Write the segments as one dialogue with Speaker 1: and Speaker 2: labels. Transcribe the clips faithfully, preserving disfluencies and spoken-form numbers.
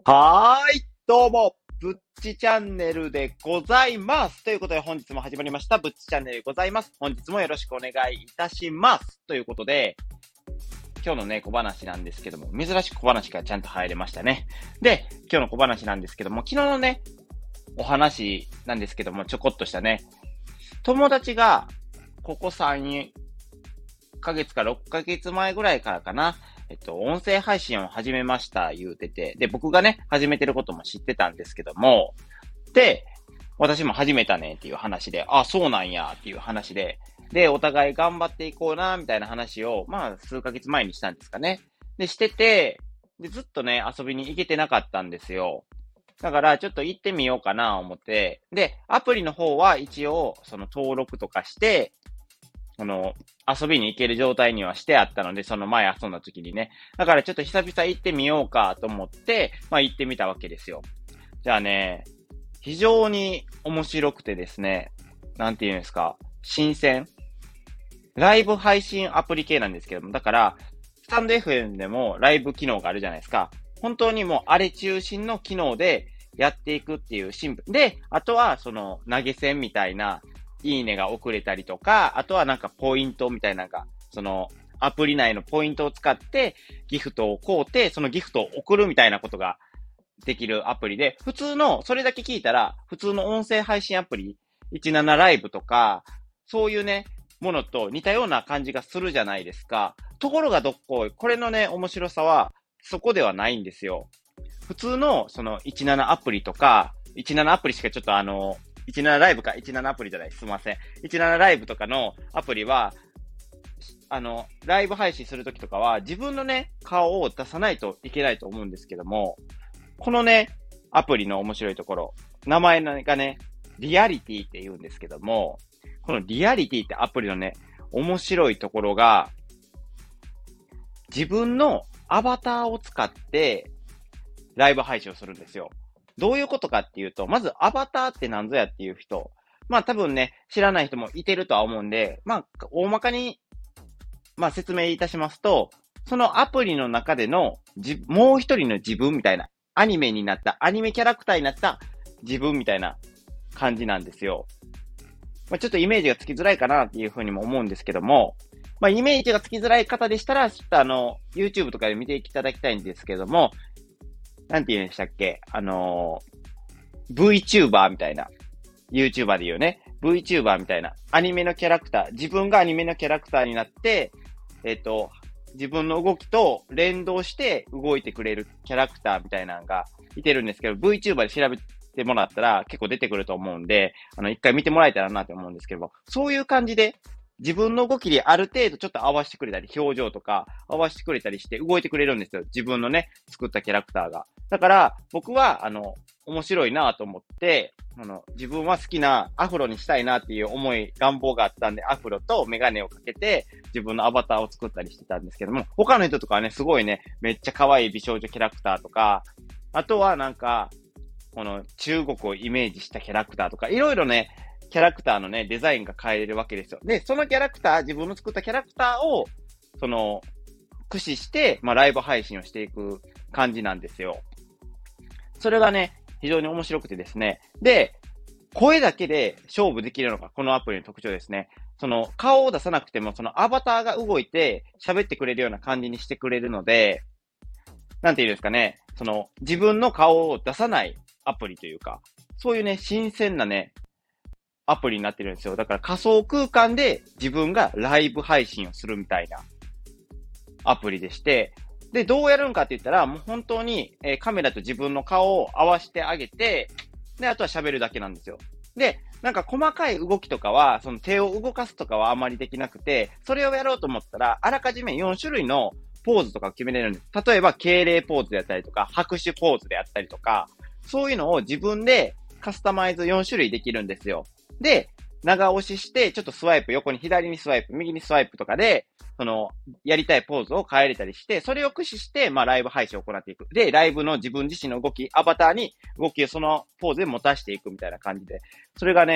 Speaker 1: はーい、どうも、ぶっちチャンネルでございます。ということで本日も始まりました、ぶっちチャンネルでございます。本日もよろしくお願いいたします。ということで、今日のね、小話なんですけども、珍しく小話がちゃんと入れましたね。で、今日の小話なんですけども、昨日のね、お話なんですけども、ちょこっとしたね、友達が、ここさんかげつかろっかげつまえぐらいからかな、えっと、音声配信を始めました言うてて、で、僕がね、始めてることも知ってたんですけども、で、私も始めたねっていう話で、あ、そうなんやっていう話で、で、お互い頑張っていこうな、みたいな話を、まあ、数ヶ月前にしたんですかね。で、してて、で、ずっとね、遊びに行けてなかったんですよ。だから、ちょっと行ってみようかな、思って。で、アプリの方は一応、その登録とかして、その、遊びに行ける状態にはしてあったので、その前遊んだ時にね。だからちょっと久々行ってみようかと思って、まあ行ってみたわけですよ。じゃあね、非常に面白くてですね、なんて言うんですか、新鮮。ライブ配信アプリ系なんですけども、だから、スタンド エフエム でもライブ機能があるじゃないですか。本当にもうあれ中心の機能でやっていくっていうシンプル。で、あとはその投げ銭みたいな、いいねが送れたりとか、あとはなんかポイントみたいなのが、そのアプリ内のポイントを使ってギフトを買うて、そのギフトを送るみたいなことができるアプリで、普通の、それだけ聞いたら、普通の音声配信アプリ、じゅうななライブとか、そういうね、ものと似たような感じがするじゃないですか。ところがどっこい、これのね、面白さは、そこではないんですよ。普通の、その、じゅうななアプリとか、じゅうななアプリしかちょっとあの、じゅうななライブか、じゅうななアプリじゃない、すいません。じゅうななライブとかのアプリは、あの、ライブ配信するときとかは、自分のね、顔を出さないといけないと思うんですけども、このね、アプリの面白いところ、名前がね、リアリティって言うんですけども、このリアリティってアプリのね、面白いところが、自分のアバターを使ってライブ配信をするんですよ。どういうことかっていうと、まずアバターって何ぞやっていう人、まあ多分ね、知らない人もいてるとは思うんで、まあ大まかに、まあ説明いたしますと、そのアプリの中でのじもう一人の自分みたいな、アニメになった、アニメキャラクターになった自分みたいな感じなんですよ。まあ、ちょっとイメージがつきづらいかなっていうふうにも思うんですけども、まあ、イメージがつきづらい方でしたら、ちょっとあの、YouTube とかで見ていただきたいんですけども、なんて言うんでしたっけあのー、VTuber みたいな、YouTuber で言うね、VTuber みたいな、アニメのキャラクター、自分がアニメのキャラクターになって、えっと、自分の動きと連動して動いてくれるキャラクターみたいなのがいてるんですけど、VTuber で調べてもらったら結構出てくると思うんで、あの、一回見てもらえたらなと思うんですけど、そういう感じで自分の動きである程度ちょっと合わせてくれたり、表情とか合わせてくれたりして動いてくれるんですよ。自分のね、作ったキャラクターが。だから、僕は、あの、面白いなと思って、あの、自分は好きなアフロにしたいなっていう思い、願望があったんで、アフロとメガネをかけて、自分のアバターを作ったりしてたんですけども、他の人とかはね、すごいね、めっちゃ可愛い美少女キャラクターとか、あとはなんか、この中国をイメージしたキャラクターとか、いろいろね、キャラクターのね、デザインが変えれるわけですよ。で、そのキャラクター、自分の作ったキャラクターを、その、駆使して、まあ、ライブ配信をしていく感じなんですよ。それがね、非常に面白くてですね。で、声だけで勝負できるのがこのアプリの特徴ですね。その顔を出さなくてもそのアバターが動いて喋ってくれるような感じにしてくれるので、なんていうんですかね、その自分の顔を出さないアプリというか、そういうね、新鮮なね、アプリになってるんですよ。だから仮想空間で自分がライブ配信をするみたいなアプリでして、で、どうやるんかって言ったら、もう本当に、えーカメラと自分の顔を合わせてあげて、で、あとは喋るだけなんですよ。で、なんか細かい動きとかは、その手を動かすとかはあまりできなくて、それをやろうと思ったら、あらかじめよん種類のポーズとかを決めれるんです。例えば、敬礼ポーズであったりとか、拍手ポーズであったりとか、そういうのを自分でカスタマイズよん種類できるんですよ。で、長押しして、ちょっとスワイプ、横に左にスワイプ、右にスワイプとかで、その、やりたいポーズを変えれたりして、それを駆使して、まあ、ライブ配信を行っていく。で、ライブの自分自身の動き、アバターに動きをそのポーズで持たしていくみたいな感じで。それがね、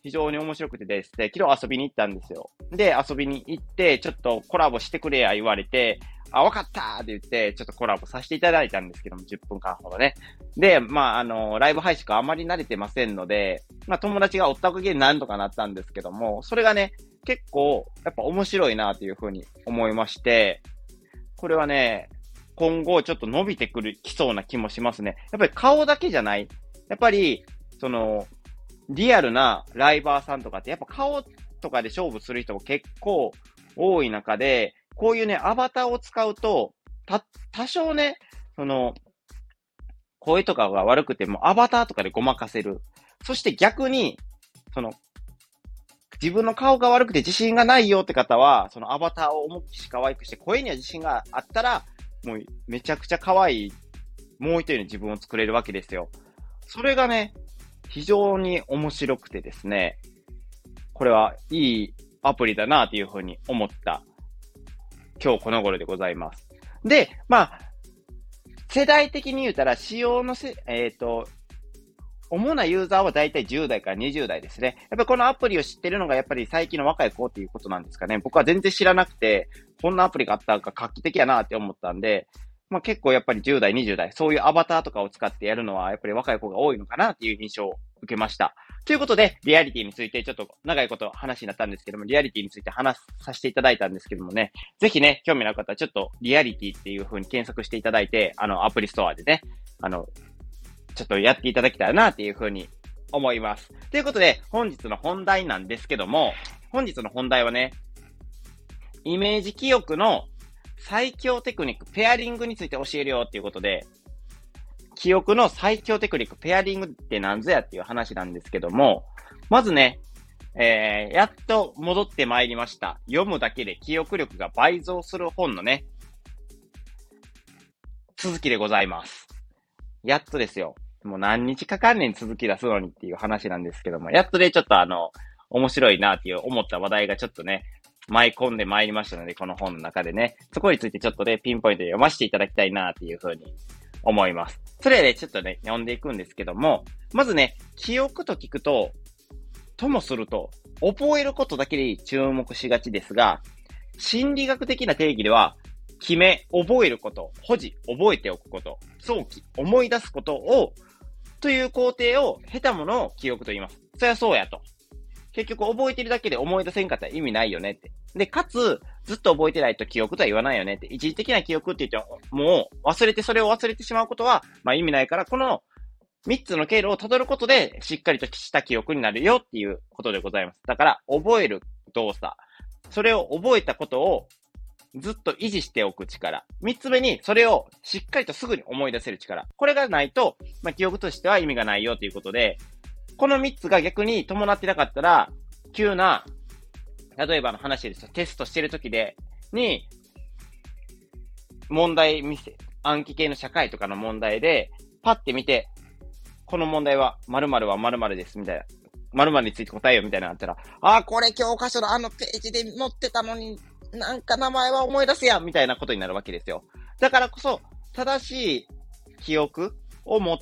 Speaker 1: 非常に面白くてですね、昨日遊びに行ったんですよ。で、遊びに行って、ちょっとコラボしてくれや言われて、あ、わかったーって言って、ちょっとコラボさせていただいたんですけども、じゅっぷんかんほどね。で、まあ、あの、ライブ配信があまり慣れてませんので、まあ、友達がおったおかげで何とかなったんですけども、それがね、結構、やっぱ面白いなというふうに思いまして、これはね、今後ちょっと伸びてくる、きそうな気もしますね。やっぱり顔だけじゃない。やっぱり、その、リアルなライバーさんとかって、やっぱ顔とかで勝負する人も結構多い中で、こういうね、アバターを使うと、た、多少ね、その、声とかが悪くてもアバターとかでごまかせる。そして逆に、その、自分の顔が悪くて自信がないよって方は、そのアバターを思いっきし可愛くして、声には自信があったら、もうめちゃくちゃ可愛い、もう一人の自分を作れるわけですよ。それがね、非常に面白くてですね、これはいいアプリだなというふうに思った今日この頃でございます。で、まあ、世代的に言うたら、使用のせ、えっと、主なユーザーはだいたいじゅう代からにじゅう代ですね。やっぱりこのアプリを知ってるのがやっぱり最近の若い子っていうことなんですかね。僕は全然知らなくて、こんなアプリがあったか画期的やなって思ったんで、まあ結構やっぱりじゅう代、にじゅう代、そういうアバターとかを使ってやるのはやっぱり若い子が多いのかなっていう印象を受けました。ということで、リアリティについてちょっと長いこと話になったんですけども、リアリティについて話させていただいたんですけどもね、ぜひね、興味のある方はちょっとリアリティっていう風に検索していただいて、あの、アプリストアでね、あの、ちょっとやっていただきたいなっていう風に思います。ということで、本日の本題なんですけども、本日の本題はね、イメージ記憶の最強テクニック、ペアリングについて教えるよっていうことで、記憶の最強テクニック、ペアリングって何ぞやっていう話なんですけども、まずね、えー、やっと戻ってまいりました。読むだけで記憶力が倍増する本のね、続きでございます。やっとですよ。もう何日かかんねん続き出すのにっていう話なんですけども、やっとね、ちょっとあの、面白いなっていう思った話題がちょっとね、舞い込んでまいりましたので、この本の中でね、そこについてちょっとね、ピンポイントで読ませていただきたいなっていうふうに思います。それで、ね、ちょっとね、読んでいくんですけども、まずね、記憶と聞くと、ともすると、覚えることだけに注目しがちですが、心理学的な定義では、決め、覚えること、保持、覚えておくこと、早期、思い出すことを、という工程を経たものを記憶と言います。そりゃそうやと。結局覚えてるだけで思い出せんかったら意味ないよねって。で、かつ、ずっと覚えてないと記憶とは言わないよねって。一時的な記憶って言っても、もう忘れて、それを忘れてしまうことは、まあ意味ないから、このみっつの経路を辿ることで、しっかりとした記憶になるよっていうことでございます。だから、覚える動作。それを覚えたことをずっと維持しておく力。三つ目に、それをしっかりとすぐに思い出せる力。これがないと、まあ、記憶としては意味がないよということで、この三つが逆に伴ってなかったら、急な、例えばの話ですと、テストしてる時で、に、問題見せ、暗記系の社会とかの問題で、パッて見て、この問題は〇〇は〇〇ですみたいな。〇〇について答えよみたいなのあったら、ああ、これ教科書のあのページで載ってたのに、なんか名前は思い出すやんみたいなことになるわけですよ。だからこそ、正しい記憶を持って、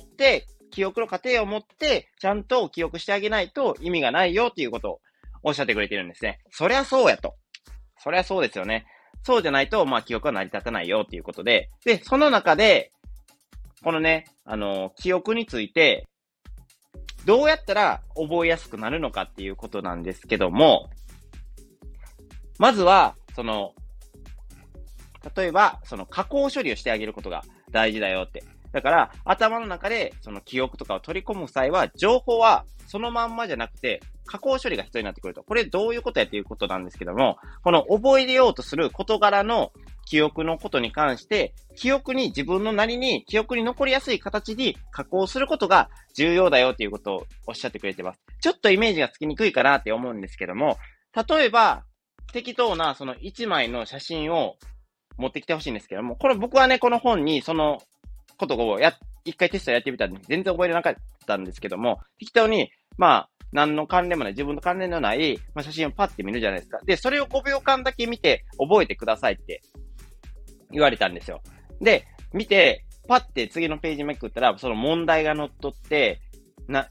Speaker 1: 記憶の過程を持って、ちゃんと記憶してあげないと意味がないよっていうことをおっしゃってくれてるんですね。そりゃそうやと。そりゃそうですよね。そうじゃないと、まあ記憶は成り立たないよっていうことで、で、その中で、このね、あの、記憶について、どうやったら覚えやすくなるのかっていうことなんですけども、まずは、その、例えば、その加工処理をしてあげることが大事だよって。だから、頭の中でその記憶とかを取り込む際は、情報はそのまんまじゃなくて、加工処理が必要になってくると。これどういうことやっていうことなんですけども、この覚えようとする事柄の記憶のことに関して、記憶に自分のなりに記憶に残りやすい形に加工することが重要だよっていうことをおっしゃってくれてます。ちょっとイメージがつきにくいかなって思うんですけども、例えば、適当なそのいちまいの写真を持ってきてほしいんですけども、これ僕はね、この本にそのことをや、一回テストやってみたんで全然覚えれなかったんですけども、適当に、まあ、何の関連もない、自分の関連のない、まあ、写真をパッて見るじゃないですか。で、それをごびょうかんだけ見て覚えてくださいって言われたんですよ。で、見て、パッて次のページめくったら、その問題が載っとって、な、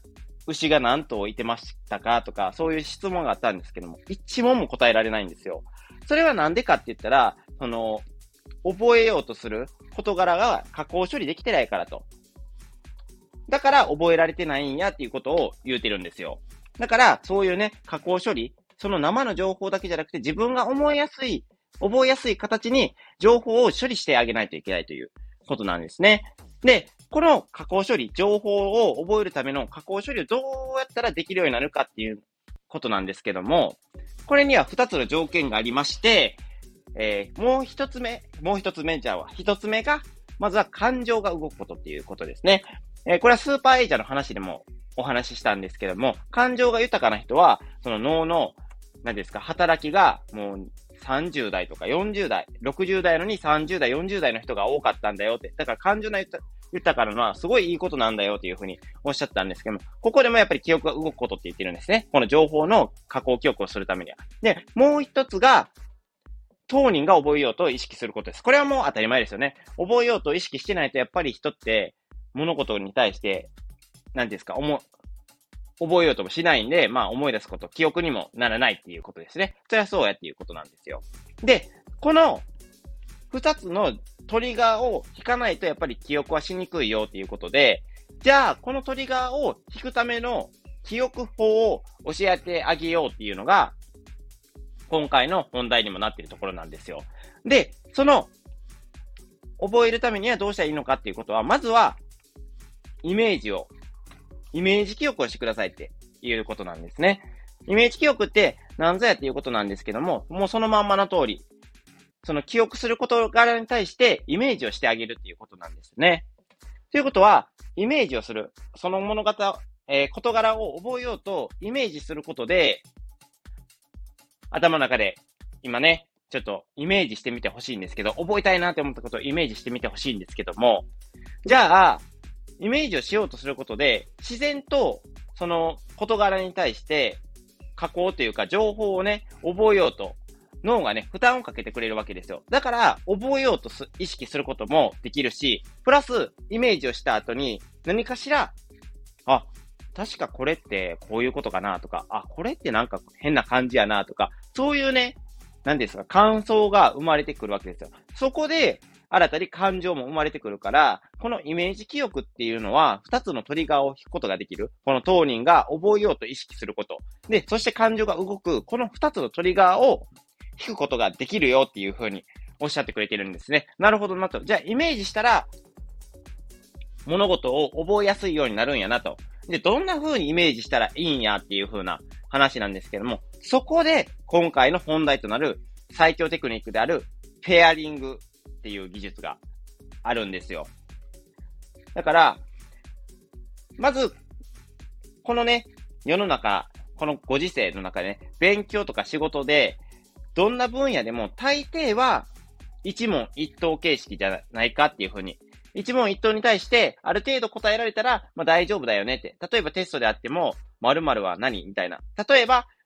Speaker 1: 牛が何頭いてましたかとか、そういう質問があったんですけども、一問も答えられないんですよ。それはなんでかって言ったら、その、覚えようとする事柄が加工処理できてないからと。だから覚えられてないんやっていうことを言うてるんですよ。だから、そういうね、加工処理、その生の情報だけじゃなくて自分が思いやすい、覚えやすい形に情報を処理してあげないといけないということなんですね。で、この加工処理、情報を覚えるための加工処理をどうやったらできるようになるかっていうことなんですけども、これにはふたつの条件がありまして、えー、もう一つ目、もう一つ目じゃあ、一つ目が、まずは感情が動くことっていうことですね。えー、これはスーパーエイジャーの話でもお話ししたんですけども、感情が豊かな人は、その脳の、何ですか、働きがもうさんじゅう代とかよんじゅう代、ろくじゅう代のにさんじゅう代、よんじゅう代の人が多かったんだよって。だから感情の豊かなのはすごいいいことなんだよっていうふうにおっしゃったんですけども、ここでもやっぱり記憶が動くことって言ってるんですね。この情報の加工記憶をするためには。で、もう一つが、当人が覚えようと意識することです。これはもう当たり前ですよね。覚えようと意識してないとやっぱり人って物事に対して、何ですか、思、覚えようともしないんで、まあ思い出すこと、記憶にもならないっていうことですね。それはそうやっていうことなんですよ。で、この二つのトリガーを引かないとやっぱり記憶はしにくいよっていうことで、じゃあこのトリガーを引くための記憶法を教えてあげようっていうのが、今回の本題にもなっているところなんですよ。で、その、覚えるためにはどうしたらいいのかっていうことは、まずは、イメージを、イメージ記憶をしてくださいっていうことなんですね。イメージ記憶って何ぞやっていうことなんですけども、もうそのまんまの通り、その記憶する事柄に対してイメージをしてあげるっていうことなんですね。ということは、イメージをする、その物語、えー、事柄を覚えようとイメージすることで、頭の中で、今ね、ちょっとイメージしてみてほしいんですけど、覚えたいなって思ったことをイメージしてみてほしいんですけども、じゃあ、イメージをしようとすることで、自然と、その事柄に対して、加工というか情報をね、覚えようと、脳がね、負担をかけてくれるわけですよ。だから、覚えようとす意識することもできるし、プラス、イメージをした後に、何かしら、あ、確かこれってこういうことかなとか、あ、これってなんか変な感じやなとか、そういうね、何ですか、感想が生まれてくるわけですよ。そこで、新たに感情も生まれてくるから、このイメージ記憶っていうのは、二つのトリガーを引くことができる。この当人が覚えようと意識すること。で、そして感情が動く、この二つのトリガーを引くことができるよっていう風におっしゃってくれてるんですね。なるほどなと。じゃあ、イメージしたら、物事を覚えやすいようになるんやなと。で、どんな風にイメージしたらいいんやっていう風な話なんですけども、そこで今回の本題となる最強テクニックであるペアリングっていう技術があるんですよ。だから、まず、このね、世の中、このご時世の中でね、勉強とか仕事で、どんな分野でも大抵は一問一答形式じゃないかっていう風に一問一答に対して、ある程度答えられたら、まあ大丈夫だよねって。例えばテストであっても、〇〇は何みたいな。例えば、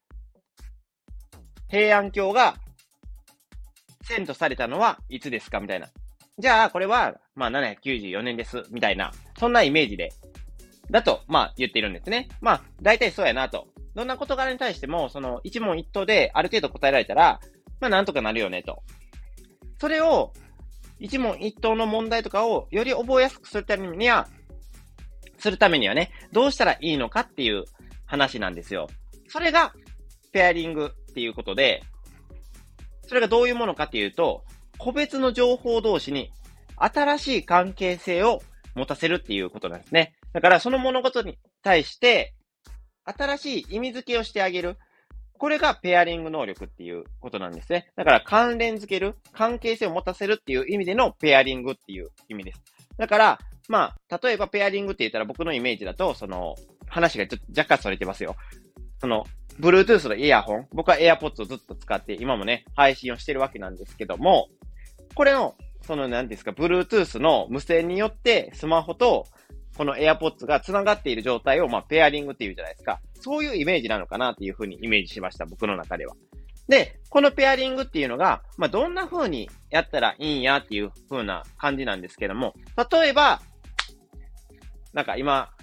Speaker 1: 平安京が遷都されたのはいつですかみたいな。じゃあ、これは、まあななひゃくきゅうじゅうよねんです。みたいな。そんなイメージで、だと、まあ言っているんですね。まあ、大体そうやなと。どんな事柄に対しても、その一問一答である程度答えられたら、まあなんとかなるよねと。それを、一問一答の問題とかをより覚えやすくするためには、するためにはね、どうしたらいいのかっていう話なんですよ。それが、ペアリングっていうことで、それがどういうものかっていうと、個別の情報同士に新しい関係性を持たせるっていうことなんですね。だからその物事に対して、新しい意味付けをしてあげる。これがペアリング能力っていうことなんですね。だから関連付ける、関係性を持たせるっていう意味でのペアリングっていう意味です。だから、まあ、例えばペアリングって言ったら僕のイメージだと、その、話がちょっと若干それてますよ。その、Bluetooth のイヤホン、僕は AirPods をずっと使って今もね、配信をしてるわけなんですけども、これの、その何ですか、Bluetooth の無線によってスマホとこの AirPods が繋がっている状態を、まあ、ペアリングっていうじゃないですか。そういうイメージなのかなっていうふうにイメージしました、僕の中では。で、このペアリングっていうのが、まあ、どんな風にやったらいいんやっていう風な感じなんですけども、例えば、なんか今、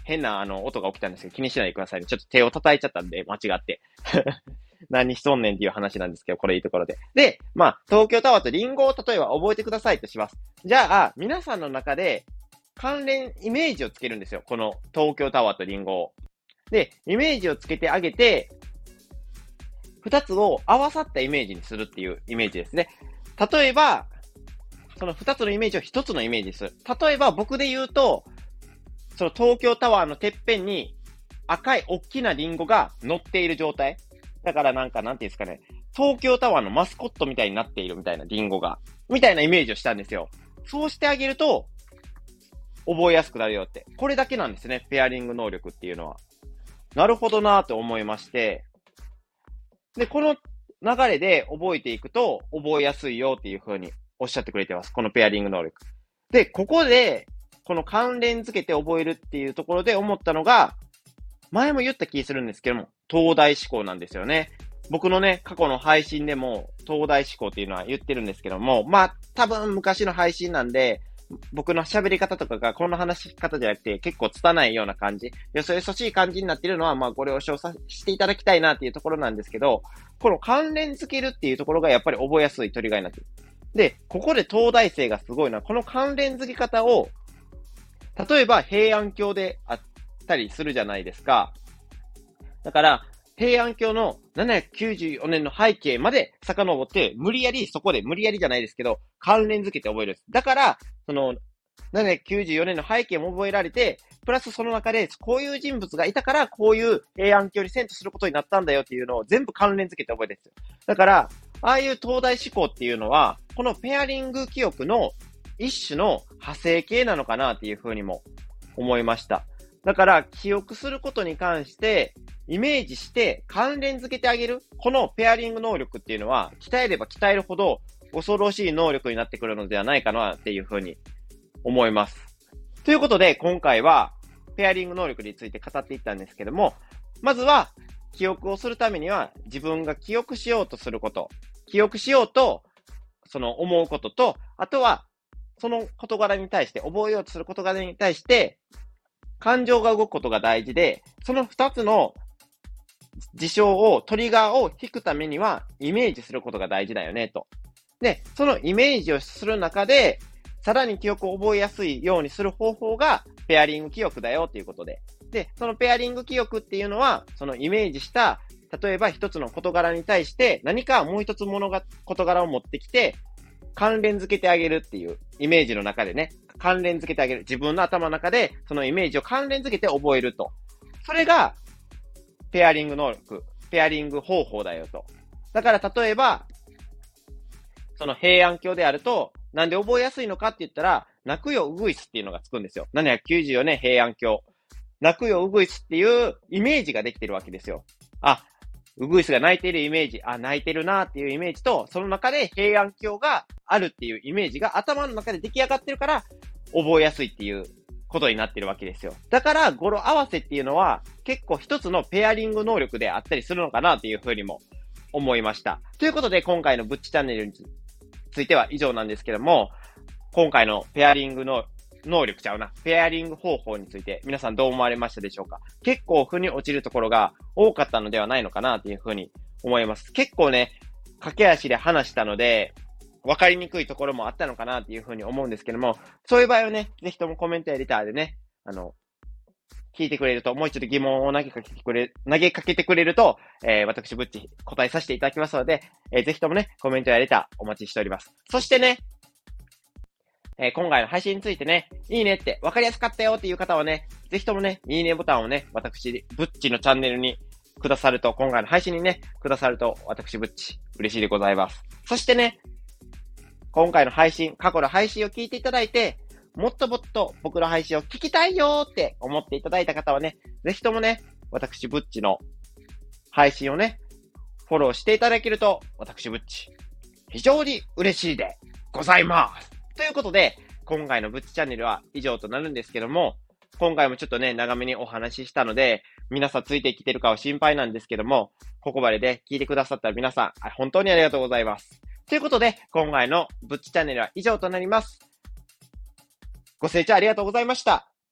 Speaker 1: 変なあの音が起きたんですけど、気にしないでくださいね。ちょっと手を叩いちゃったんで、間違って。何しとんねんっていう話なんですけど、これいいところで。で、まあ、東京タワーとリンゴを例えば覚えてくださいとします。じゃあ、皆さんの中で関連イメージをつけるんですよ。この東京タワーとリンゴを。で、イメージをつけてあげて、二つを合わさったイメージにするっていうイメージですね。例えば、その二つのイメージを一つのイメージにする。例えば僕で言うと、その東京タワーのてっぺんに赤い大きなリンゴが乗っている状態。だからなんかなんていうんですかね、東京タワーのマスコットみたいになっているみたいなリンゴが、みたいなイメージをしたんですよ。そうしてあげると、覚えやすくなるよって。これだけなんですね、ペアリング能力っていうのは。なるほどなぁと思いまして、で、この流れで覚えていくと、覚えやすいよっていう風におっしゃってくれてます。このペアリング能力。で、ここで、この関連付けて覚えるっていうところで思ったのが、前も言った気するんですけども、東大思考なんですよね。僕のね、過去の配信でも、東大思考っていうのは言ってるんですけども、まあ、多分昔の配信なんで、僕の喋り方とかがこんな話し方じゃなくて結構拙いような感じ、よそよそしい感じになっているのは、まあご了承させていただきたいなっていうところなんですけど、この関連付けるっていうところがやっぱり覚えやすいトリガーになっている。で、ここで東大生がすごいのは、この関連付け方を、例えば平安京であったりするじゃないですか。だから、平安京のななひゃくきゅうじゅうよねんの背景まで遡って、無理やりそこで、無理やりじゃないですけど、関連付けて覚えるんです。だから、その、ななひゃくきゅうじゅうよねんの背景も覚えられて、プラスその中で、こういう人物がいたから、こういう平安京に遷都することになったんだよっていうのを全部関連付けて覚えてるんですよ。だから、ああいう東大思考っていうのは、このペアリング記憶の一種の派生形なのかなっていうふうにも思いました。だから、記憶することに関して、イメージして関連付けてあげる。このペアリング能力っていうのは、鍛えれば鍛えるほど恐ろしい能力になってくるのではないかなっていうふうに思います。ということで、今回はペアリング能力について語っていったんですけども、まずは記憶をするためには自分が記憶しようとすること、記憶しようとその思うことと、あとはその事柄に対して、覚えようとする事柄に対して感情が動くことが大事で、その二つの事象を、トリガーを引くためには、イメージすることが大事だよね、と。で、そのイメージをする中で、さらに記憶を覚えやすいようにする方法が、ペアリング記憶だよ、ということで。で、そのペアリング記憶っていうのは、そのイメージした、例えば一つの事柄に対して、何かもう一つものが、事柄を持ってきて、関連付けてあげるっていうイメージの中でね、関連付けてあげる。自分の頭の中で、そのイメージを関連付けて覚えると。それが、ペアリング能力、ペアリング方法だよと。だから例えば、その平安京であると、なんで覚えやすいのかって言ったら、泣くよウグイスっていうのがつくんですよ。ななひゃくきゅうじゅうよねん平安京。泣くよウグイスっていうイメージができてるわけですよ。あ、ウグイスが泣いているイメージ、あ、泣いてるなっていうイメージと、その中で平安京があるっていうイメージが頭の中で出来上がってるから、覚えやすいっていうことになってるわけですよ。だから、語呂合わせっていうのは、結構一つのペアリング能力であったりするのかなっていうふうにも思いました。ということで、今回のブッチチャンネルについては以上なんですけども、今回のペアリングの能力ちゃうな。ペアリング方法について皆さんどう思われましたでしょうか？結構腑に落ちるところが多かったのではないのかなというふうに思います。結構ね、駆け足で話したので、わかりにくいところもあったのかなっていうふうに思うんですけども、そういう場合はね、ぜひともコメントやレターでね、あの、聞いてくれると、もう一度疑問を投げかけてくれ、投げかけてくれると、えー、私、ぶっち答えさせていただきますので、えー、ぜひともね、コメントやレターお待ちしております。そしてね、えー、今回の配信についてね、いいねって分かりやすかったよっていう方はね、ぜひともね、いいねボタンをね、私、ぶっちのチャンネルにくださると、今回の配信にね、くださると、私、ぶっち、嬉しいでございます。そしてね、今回の配信、過去の配信を聞いていただいて、もっともっと僕の配信を聞きたいよーって思っていただいた方はね、ぜひともね、私、ぶっちの配信をね、フォローしていただけると、私、ぶっち、非常に嬉しいでございます。ということで、今回のぶっちチャンネルは以上となるんですけども、今回もちょっとね、長めにお話ししたので、皆さんついてきてるかは心配なんですけども、ここまでで聞いてくださった皆さん、本当にありがとうございます。ということで、今回のぶっちチャンネルは以上となります。ご清聴ありがとうございました。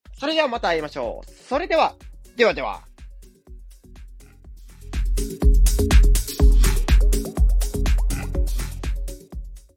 Speaker 1: それではまた会いましょう。それでは、ではでは。